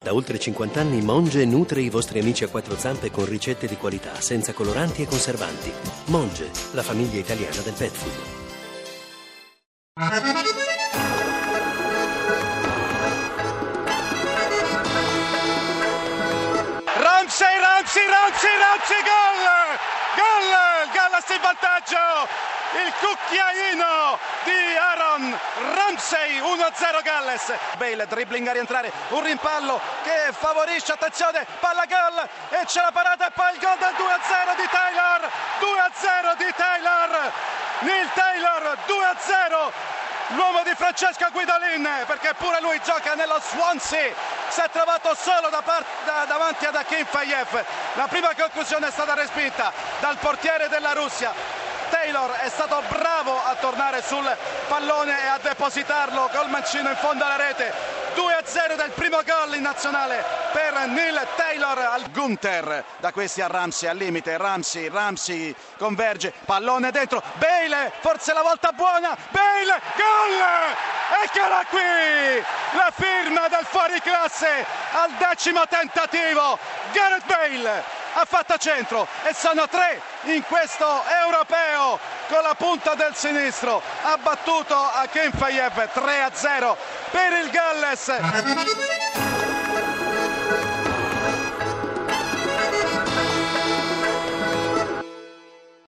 Da oltre 50 anni Monge nutre i vostri amici a quattro zampe con ricette di qualità, senza coloranti e conservanti. Monge, la famiglia italiana del pet food. Ramsey, gol! Gol! Galles in vantaggio! Il cucchiaino di Aaron Ramsey, 1-0 Galles. Bale dribbling a rientrare, un rimpallo che favorisce, attenzione, palla gol e c'è la parata e poi il gol del 2-0 di Taylor. 2-0 di Taylor. Neil Taylor, 2-0. L'uomo di Francesco Guidolin, perché pure lui gioca nello Swansea, si è trovato solo davanti ad Akin Fayev. La prima conclusione è stata respinta dal portiere della Russia. Taylor è stato bravo a tornare sul pallone e a depositarlo col mancino in fondo alla rete. 2-0 del primo gol in nazionale per Neil Taylor. Al Gunther, da questi a Ramsey, al limite, Ramsey converge, pallone dentro, Bale, forse la volta buona, Bale, gol! Eccola qui, la firma del fuoriclasse al 10° tentativo. Gareth Bale ha fatto centro e sono 3 in questo europeo. Con la punta del sinistro ha battuto Akin Fayev, 3-0 per il Galles.